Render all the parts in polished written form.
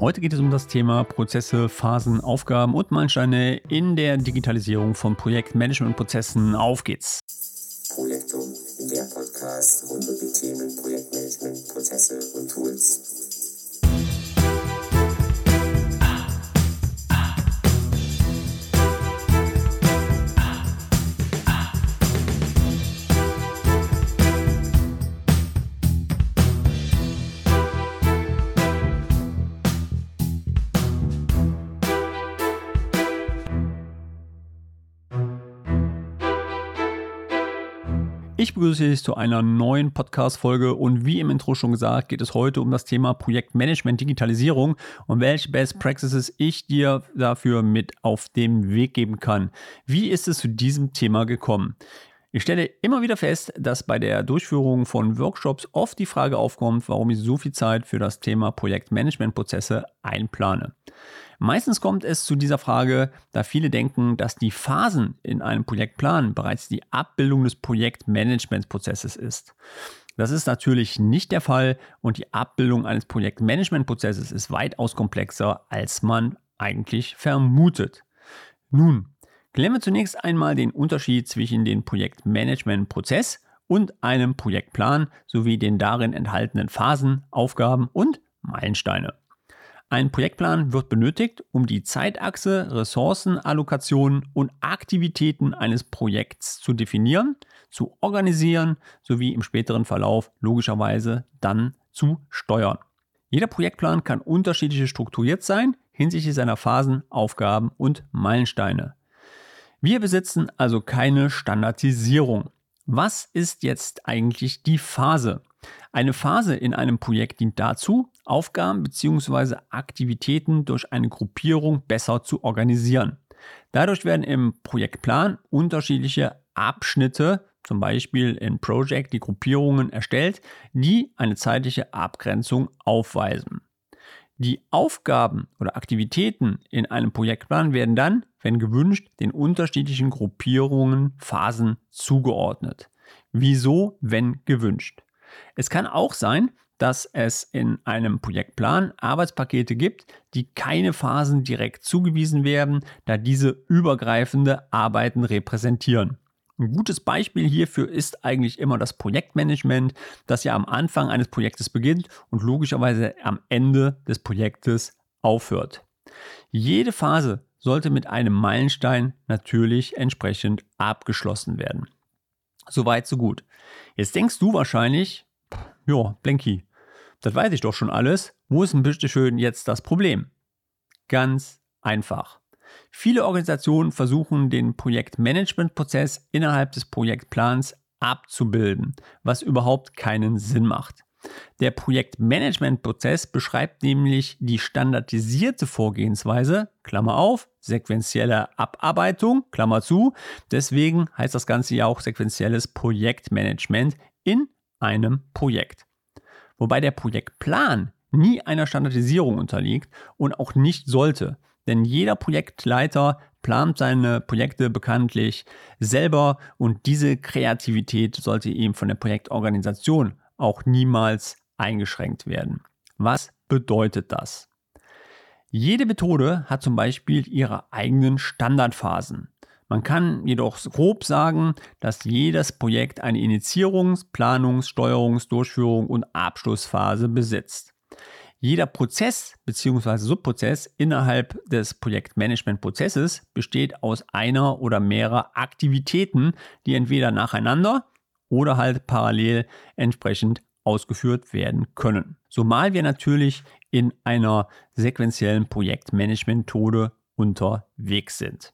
Heute geht es um das Thema Prozesse, Phasen, Aufgaben und Meilensteine in der Digitalisierung von Projektmanagementprozessen. Auf geht's! Projektum, der Podcast rund um die Themen Projektmanagement, Prozesse und Tools. Ich begrüße dich zu einer neuen Podcast-Folge und wie im Intro schon gesagt, geht es heute um das Thema Projektmanagement, Digitalisierung und welche Best Practices ich dir dafür mit auf den Weg geben kann. Wie ist es zu diesem Thema gekommen? Ich stelle immer wieder fest, dass bei der Durchführung von Workshops oft die Frage aufkommt, warum ich so viel Zeit für das Thema Projektmanagementprozesse einplane. Meistens kommt es zu dieser Frage, da viele denken, dass die Phasen in einem Projektplan bereits die Abbildung des Projektmanagementprozesses ist. Das ist natürlich nicht der Fall und die Abbildung eines Projektmanagementprozesses ist weitaus komplexer, als man eigentlich vermutet. Nun, klären wir zunächst einmal den Unterschied zwischen dem Projektmanagementprozess und einem Projektplan sowie den darin enthaltenen Phasen, Aufgaben und Meilensteine. Ein Projektplan wird benötigt, um die Zeitachse, Ressourcenallokationen und Aktivitäten eines Projekts zu definieren, zu organisieren sowie im späteren Verlauf logischerweise dann zu steuern. Jeder Projektplan kann unterschiedlich strukturiert sein hinsichtlich seiner Phasen, Aufgaben und Meilensteine. Wir besitzen also keine Standardisierung. Was ist jetzt eigentlich die Phase? Eine Phase in einem Projekt dient dazu, Aufgaben bzw. Aktivitäten durch eine Gruppierung besser zu organisieren. Dadurch werden im Projektplan unterschiedliche Abschnitte, zum Beispiel in Project, die Gruppierungen erstellt, die eine zeitliche Abgrenzung aufweisen. Die Aufgaben oder Aktivitäten in einem Projektplan werden dann, wenn gewünscht, den unterschiedlichen Gruppierungen, Phasen zugeordnet. Wieso, wenn gewünscht? Es kann auch sein, dass es in einem Projektplan Arbeitspakete gibt, die keine Phasen direkt zugewiesen werden, da diese übergreifende Arbeiten repräsentieren. Ein gutes Beispiel hierfür ist eigentlich immer das Projektmanagement, das ja am Anfang eines Projektes beginnt und logischerweise am Ende des Projektes aufhört. Jede Phase sollte mit einem Meilenstein natürlich entsprechend abgeschlossen werden. Soweit, so gut. Jetzt denkst du wahrscheinlich, ja, Blenky, das weiß ich doch schon alles. Wo ist denn bitte schön jetzt das Problem? Ganz einfach. Viele Organisationen versuchen, den Projektmanagementprozess innerhalb des Projektplans abzubilden, was überhaupt keinen Sinn macht. Der Projektmanagementprozess beschreibt nämlich die standardisierte Vorgehensweise, Klammer auf, sequentielle Abarbeitung, Klammer zu. Deswegen heißt das Ganze ja auch sequentielles Projektmanagement in einem Projekt. Wobei der Projektplan nie einer Standardisierung unterliegt und auch nicht sollte. Denn jeder Projektleiter plant seine Projekte bekanntlich selber und diese Kreativität sollte ihm von der Projektorganisation auch niemals eingeschränkt werden. Was bedeutet das? Jede Methode hat zum Beispiel ihre eigenen Standardphasen. Man kann jedoch grob sagen, dass jedes Projekt eine Initiierungs-, Planungs-, Steuerungs-, Durchführung und Abschlussphase besitzt. Jeder Prozess bzw. Subprozess innerhalb des Projektmanagementprozesses besteht aus einer oder mehrerer Aktivitäten, die entweder nacheinander oder halt parallel entsprechend ausgeführt werden können. Zumal wir natürlich in einer sequentiellen Projektmanagement-Methode unterwegs sind.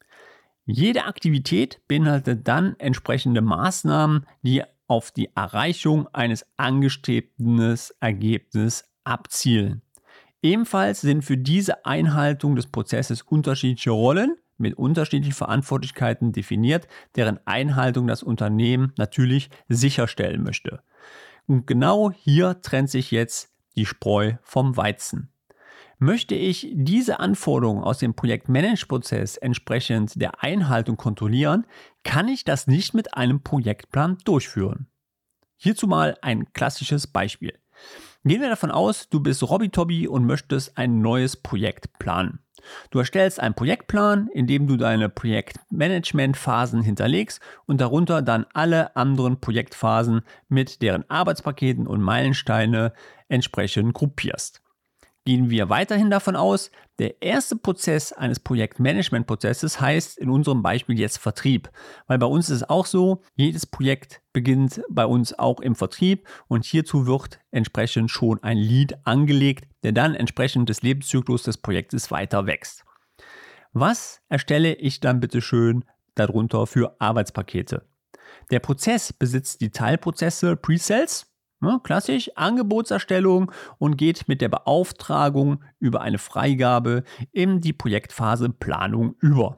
Jede Aktivität beinhaltet dann entsprechende Maßnahmen, die auf die Erreichung eines angestrebten Ergebnisses abzielen. Ebenfalls sind für diese Einhaltung des Prozesses unterschiedliche Rollen mit unterschiedlichen Verantwortlichkeiten definiert, deren Einhaltung das Unternehmen natürlich sicherstellen möchte. Und genau hier trennt sich jetzt die Spreu vom Weizen. Möchte ich diese Anforderungen aus dem Projektmanagementprozess entsprechend der Einhaltung kontrollieren, kann ich das nicht mit einem Projektplan durchführen. Hierzu mal ein klassisches Beispiel. Gehen wir davon aus, du bist Robby-Tobby und möchtest ein neues Projekt planen. Du erstellst einen Projektplan, in dem du deine Projektmanagement-Phasen hinterlegst und darunter dann alle anderen Projektphasen mit deren Arbeitspaketen und Meilensteine entsprechend gruppierst. Gehen wir weiterhin davon aus, der erste Prozess eines Projektmanagement-Prozesses heißt in unserem Beispiel jetzt Vertrieb. Weil bei uns ist es auch so, jedes Projekt beginnt bei uns auch im Vertrieb und hierzu wird entsprechend schon ein Lead angelegt, der dann entsprechend des Lebenszyklus des Projektes weiter wächst. Was erstelle ich dann bitte schön darunter für Arbeitspakete? Der Prozess besitzt die Teilprozesse Pre-Sales, klassisch Angebotserstellung, und geht mit der Beauftragung über eine Freigabe in die Projektphase Planung über.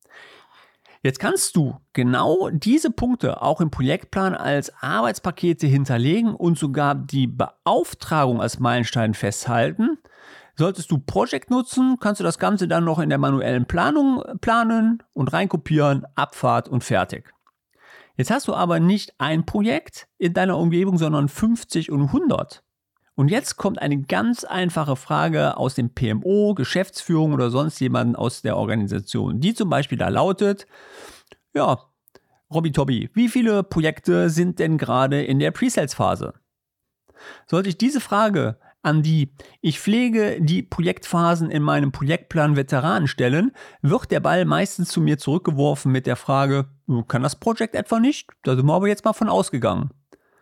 Jetzt kannst du genau diese Punkte auch im Projektplan als Arbeitspakete hinterlegen und sogar die Beauftragung als Meilenstein festhalten. Solltest du Project nutzen, kannst du das Ganze dann noch in der manuellen Planung planen und reinkopieren, Abfahrt und fertig. Jetzt hast du aber nicht ein Projekt in deiner Umgebung, sondern 50 und 100. Und jetzt kommt eine ganz einfache Frage aus dem PMO, Geschäftsführung oder sonst jemanden aus der Organisation, die zum Beispiel da lautet: Ja, Robby-Tobby, wie viele Projekte sind denn gerade in der Pre-Sales-Phase? Sollte ich diese Frage an die "Ich pflege die Projektphasen in meinem Projektplan Veteranen" stellen, wird der Ball meistens zu mir zurückgeworfen mit der Frage: Kann das Projekt etwa nicht? Da sind wir aber jetzt mal von ausgegangen.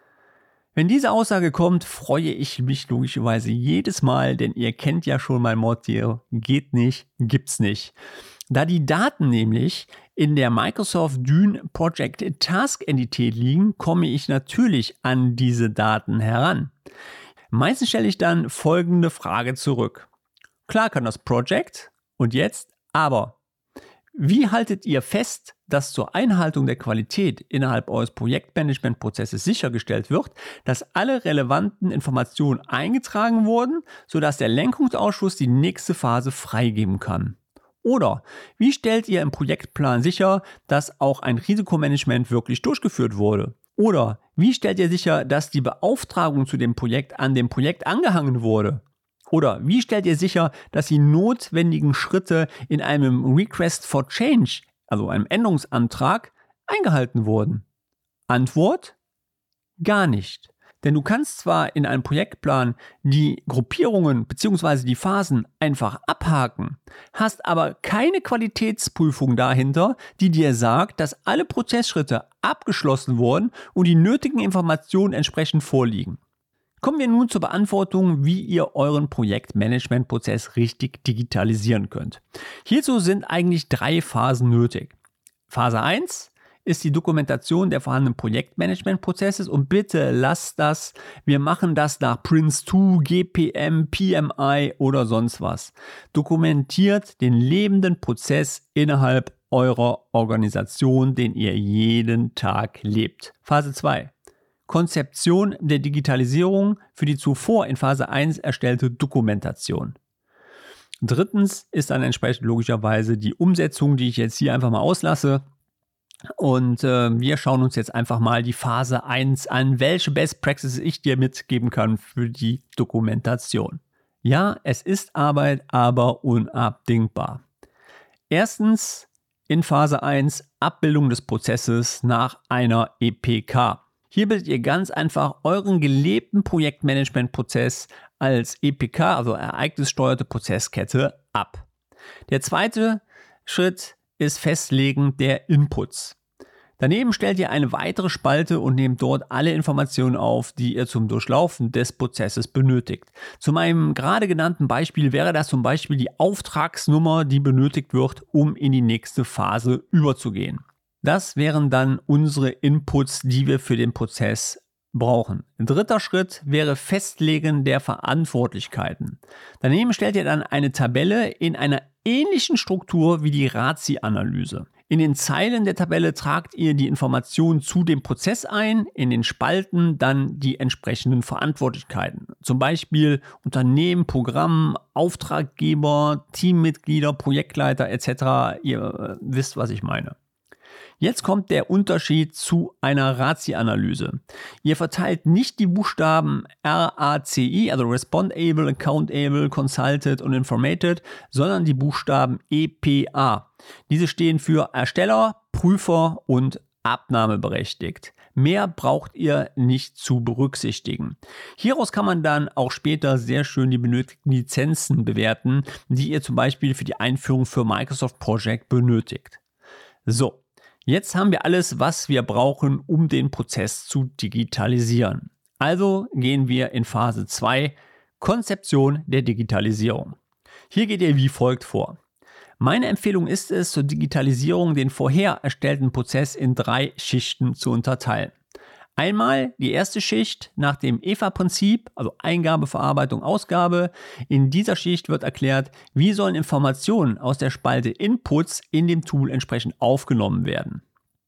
Wenn diese Aussage kommt, freue ich mich logischerweise jedes Mal, denn ihr kennt ja schon mein Motto: geht nicht, gibt's nicht. Da die Daten nämlich in der Microsoft Dune Project Task Entität liegen, komme ich natürlich an diese Daten heran. Meistens stelle ich dann folgende Frage zurück. Klar kann das Project, und jetzt aber: Wie haltet ihr fest, dass zur Einhaltung der Qualität innerhalb eures Projektmanagementprozesses sichergestellt wird, dass alle relevanten Informationen eingetragen wurden, sodass der Lenkungsausschuss die nächste Phase freigeben kann? Oder wie stellt ihr im Projektplan sicher, dass auch ein Risikomanagement wirklich durchgeführt wurde? Oder wie stellt ihr sicher, dass die Beauftragung zu dem Projekt an dem Projekt angehangen wurde? Oder wie stellt ihr sicher, dass die notwendigen Schritte in einem Request for Change, also einem Änderungsantrag, eingehalten wurden? Antwort: Gar nicht. Denn du kannst zwar in einem Projektplan die Gruppierungen bzw. die Phasen einfach abhaken, hast aber keine Qualitätsprüfung dahinter, die dir sagt, dass alle Prozessschritte abgeschlossen wurden und die nötigen Informationen entsprechend vorliegen. Kommen wir nun zur Beantwortung, wie ihr euren Projektmanagementprozess richtig digitalisieren könnt. Hierzu sind eigentlich 3 Phasen nötig. Phase 1 ist die Dokumentation der vorhandenen Projektmanagementprozesses, und bitte lasst das, wir machen das nach Prince2, GPM, PMI oder sonst was. Dokumentiert den lebenden Prozess innerhalb eurer Organisation, den ihr jeden Tag lebt. Phase 2. Konzeption der Digitalisierung für die zuvor in Phase 1 erstellte Dokumentation. Drittens ist dann entsprechend logischerweise die Umsetzung, die ich jetzt hier einfach mal auslasse. Und wir schauen uns jetzt einfach mal die Phase 1 an, welche Best Practices ich dir mitgeben kann für die Dokumentation. Ja, es ist Arbeit, aber unabdingbar. Erstens, in Phase 1 Abbildung des Prozesses nach einer EPK. Hier bildet ihr ganz einfach euren gelebten Projektmanagementprozess als EPK, also ereignissteuerte Prozesskette, ab. Der zweite Schritt ist Festlegen der Inputs. Daneben stellt ihr eine weitere Spalte und nehmt dort alle Informationen auf, die ihr zum Durchlaufen des Prozesses benötigt. Zu meinem gerade genannten Beispiel wäre das zum Beispiel die Auftragsnummer, die benötigt wird, um in die nächste Phase überzugehen. Das wären dann unsere Inputs, die wir für den Prozess brauchen. Ein dritter Schritt wäre Festlegen der Verantwortlichkeiten. Daneben stellt ihr dann eine Tabelle in einer ähnlichen Struktur wie die RACI-Analyse. In den Zeilen der Tabelle tragt ihr die Informationen zu dem Prozess ein, in den Spalten dann die entsprechenden Verantwortlichkeiten. Zum Beispiel Unternehmen, Programm, Auftraggeber, Teammitglieder, Projektleiter etc. Ihr wisst, was ich meine. Jetzt kommt der Unterschied zu einer RACI-Analyse. Ihr verteilt nicht die Buchstaben RACI, also Respondable, Accountable, Consulted und Informated, sondern die Buchstaben EPA. Diese stehen für Ersteller, Prüfer und abnahmeberechtigt. Mehr braucht ihr nicht zu berücksichtigen. Hieraus kann man dann auch später sehr schön die benötigten Lizenzen bewerten, die ihr zum Beispiel für die Einführung für Microsoft Project benötigt. So, jetzt haben wir alles, was wir brauchen, um den Prozess zu digitalisieren. Also gehen wir in Phase 2, Konzeption der Digitalisierung. Hier geht ihr wie folgt vor. Meine Empfehlung ist es, zur Digitalisierung den vorher erstellten Prozess in 3 Schichten zu unterteilen. Einmal die erste Schicht nach dem EVA-Prinzip, also Eingabe, Verarbeitung, Ausgabe. In dieser Schicht wird erklärt, wie sollen Informationen aus der Spalte Inputs in dem Tool entsprechend aufgenommen werden.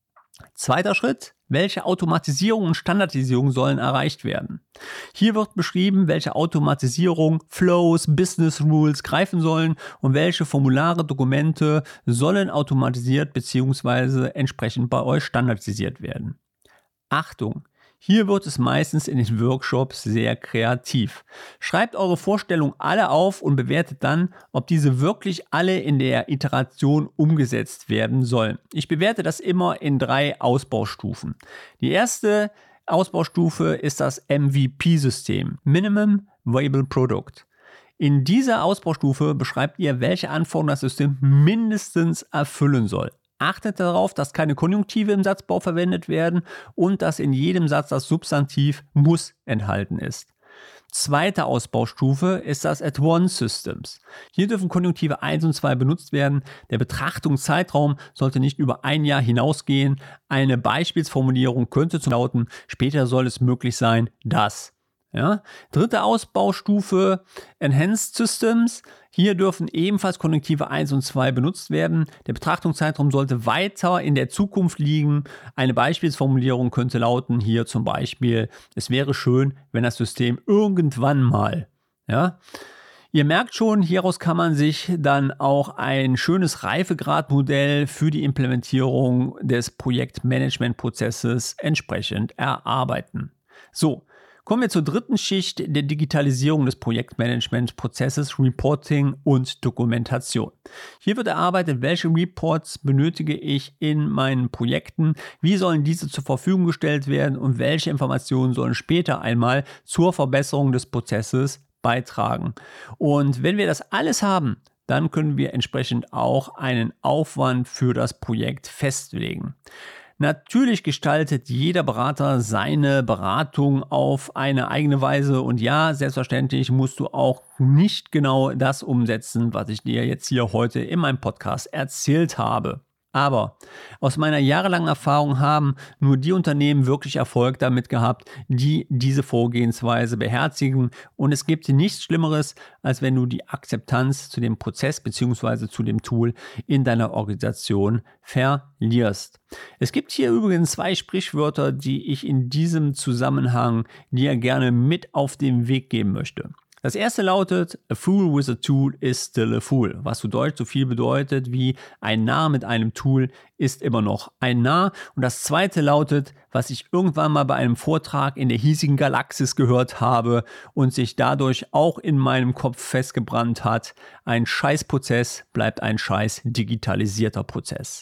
Zweiter Schritt, welche Automatisierung und Standardisierung sollen erreicht werden. Hier wird beschrieben, welche Automatisierung, Flows, Business Rules greifen sollen und welche Formulare, Dokumente sollen automatisiert bzw. entsprechend bei euch standardisiert werden. Achtung! Hier wird es meistens in den Workshops sehr kreativ. Schreibt eure Vorstellungen alle auf und bewertet dann, ob diese wirklich alle in der Iteration umgesetzt werden sollen. Ich bewerte das immer in 3 Ausbaustufen. Die erste Ausbaustufe ist das MVP-System, Minimum Viable Product. In dieser Ausbaustufe beschreibt ihr, welche Anforderungen das System mindestens erfüllen soll. Achtet darauf, dass keine Konjunktive im Satzbau verwendet werden und dass in jedem Satz das Substantiv muss enthalten ist. Zweite Ausbaustufe ist das Advanced Systems. Hier dürfen Konjunktive 1 und 2 benutzt werden. Der Betrachtungszeitraum sollte nicht über 1 Jahr hinausgehen. Eine Beispielsformulierung könnte so lauten, später soll es möglich sein, dass. Ja. Dritte Ausbaustufe, Enhanced Systems. Hier dürfen ebenfalls Konjunktive 1 und 2 benutzt werden. Der Betrachtungszeitraum sollte weiter in der Zukunft liegen. Eine Beispielsformulierung könnte lauten, hier zum Beispiel, es wäre schön, wenn das System irgendwann mal. Ja. Ihr merkt schon, hieraus kann man sich dann auch ein schönes Reifegradmodell für die Implementierung des Projektmanagementprozesses entsprechend erarbeiten. So. Kommen wir zur dritten Schicht der Digitalisierung des Projektmanagementprozesses, Reporting und Dokumentation. Hier wird erarbeitet, welche Reports benötige ich in meinen Projekten, wie sollen diese zur Verfügung gestellt werden und welche Informationen sollen später einmal zur Verbesserung des Prozesses beitragen. Und wenn wir das alles haben, dann können wir entsprechend auch einen Aufwand für das Projekt festlegen. Natürlich gestaltet jeder Berater seine Beratung auf eine eigene Weise und ja, selbstverständlich musst du auch nicht genau das umsetzen, was ich dir jetzt hier heute in meinem Podcast erzählt habe. Aber aus meiner jahrelangen Erfahrung haben nur die Unternehmen wirklich Erfolg damit gehabt, die diese Vorgehensweise beherzigen. Und es gibt nichts Schlimmeres, als wenn du die Akzeptanz zu dem Prozess bzw. zu dem Tool in deiner Organisation verlierst. Es gibt hier übrigens 2 Sprichwörter, die ich in diesem Zusammenhang dir gerne mit auf den Weg geben möchte. Das erste lautet, a fool with a tool is still a fool, was zu Deutsch so viel bedeutet wie ein Narr mit einem Tool ist immer noch ein Narr. Und das zweite lautet, was ich irgendwann mal bei einem Vortrag in der hiesigen Galaxis gehört habe und sich dadurch auch in meinem Kopf festgebrannt hat, ein Scheißprozess bleibt ein scheiß digitalisierter Prozess.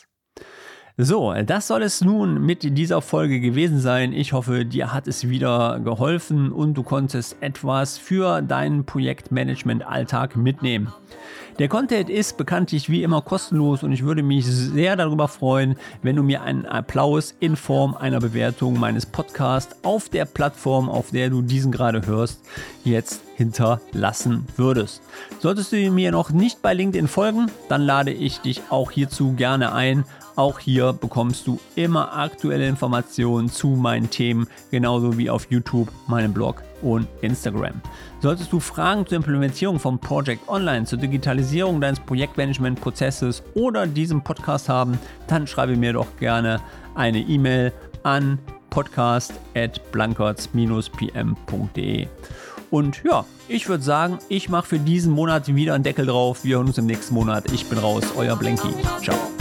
So, das soll es nun mit dieser Folge gewesen sein. Ich hoffe, dir hat es wieder geholfen und du konntest etwas für deinen Projektmanagement-Alltag mitnehmen. Der Content ist bekanntlich wie immer kostenlos und ich würde mich sehr darüber freuen, wenn du mir einen Applaus in Form einer Bewertung meines Podcasts auf der Plattform, auf der du diesen gerade hörst, jetzt hinterlassen würdest. Solltest du mir noch nicht bei LinkedIn folgen, dann lade ich dich auch hierzu gerne ein. Auch hier bekommst du immer aktuelle Informationen zu meinen Themen, genauso wie auf YouTube, meinem Blog und Instagram. Solltest du Fragen zur Implementierung von Project Online, zur Digitalisierung deines Projektmanagement-Prozesses oder diesem Podcast haben, dann schreibe mir doch gerne eine E-Mail an podcast@blankertz-pm.de. Und ja, ich würde sagen, ich mache für diesen Monat wieder einen Deckel drauf. Wir hören uns im nächsten Monat. Ich bin raus, euer Blanky. Ciao.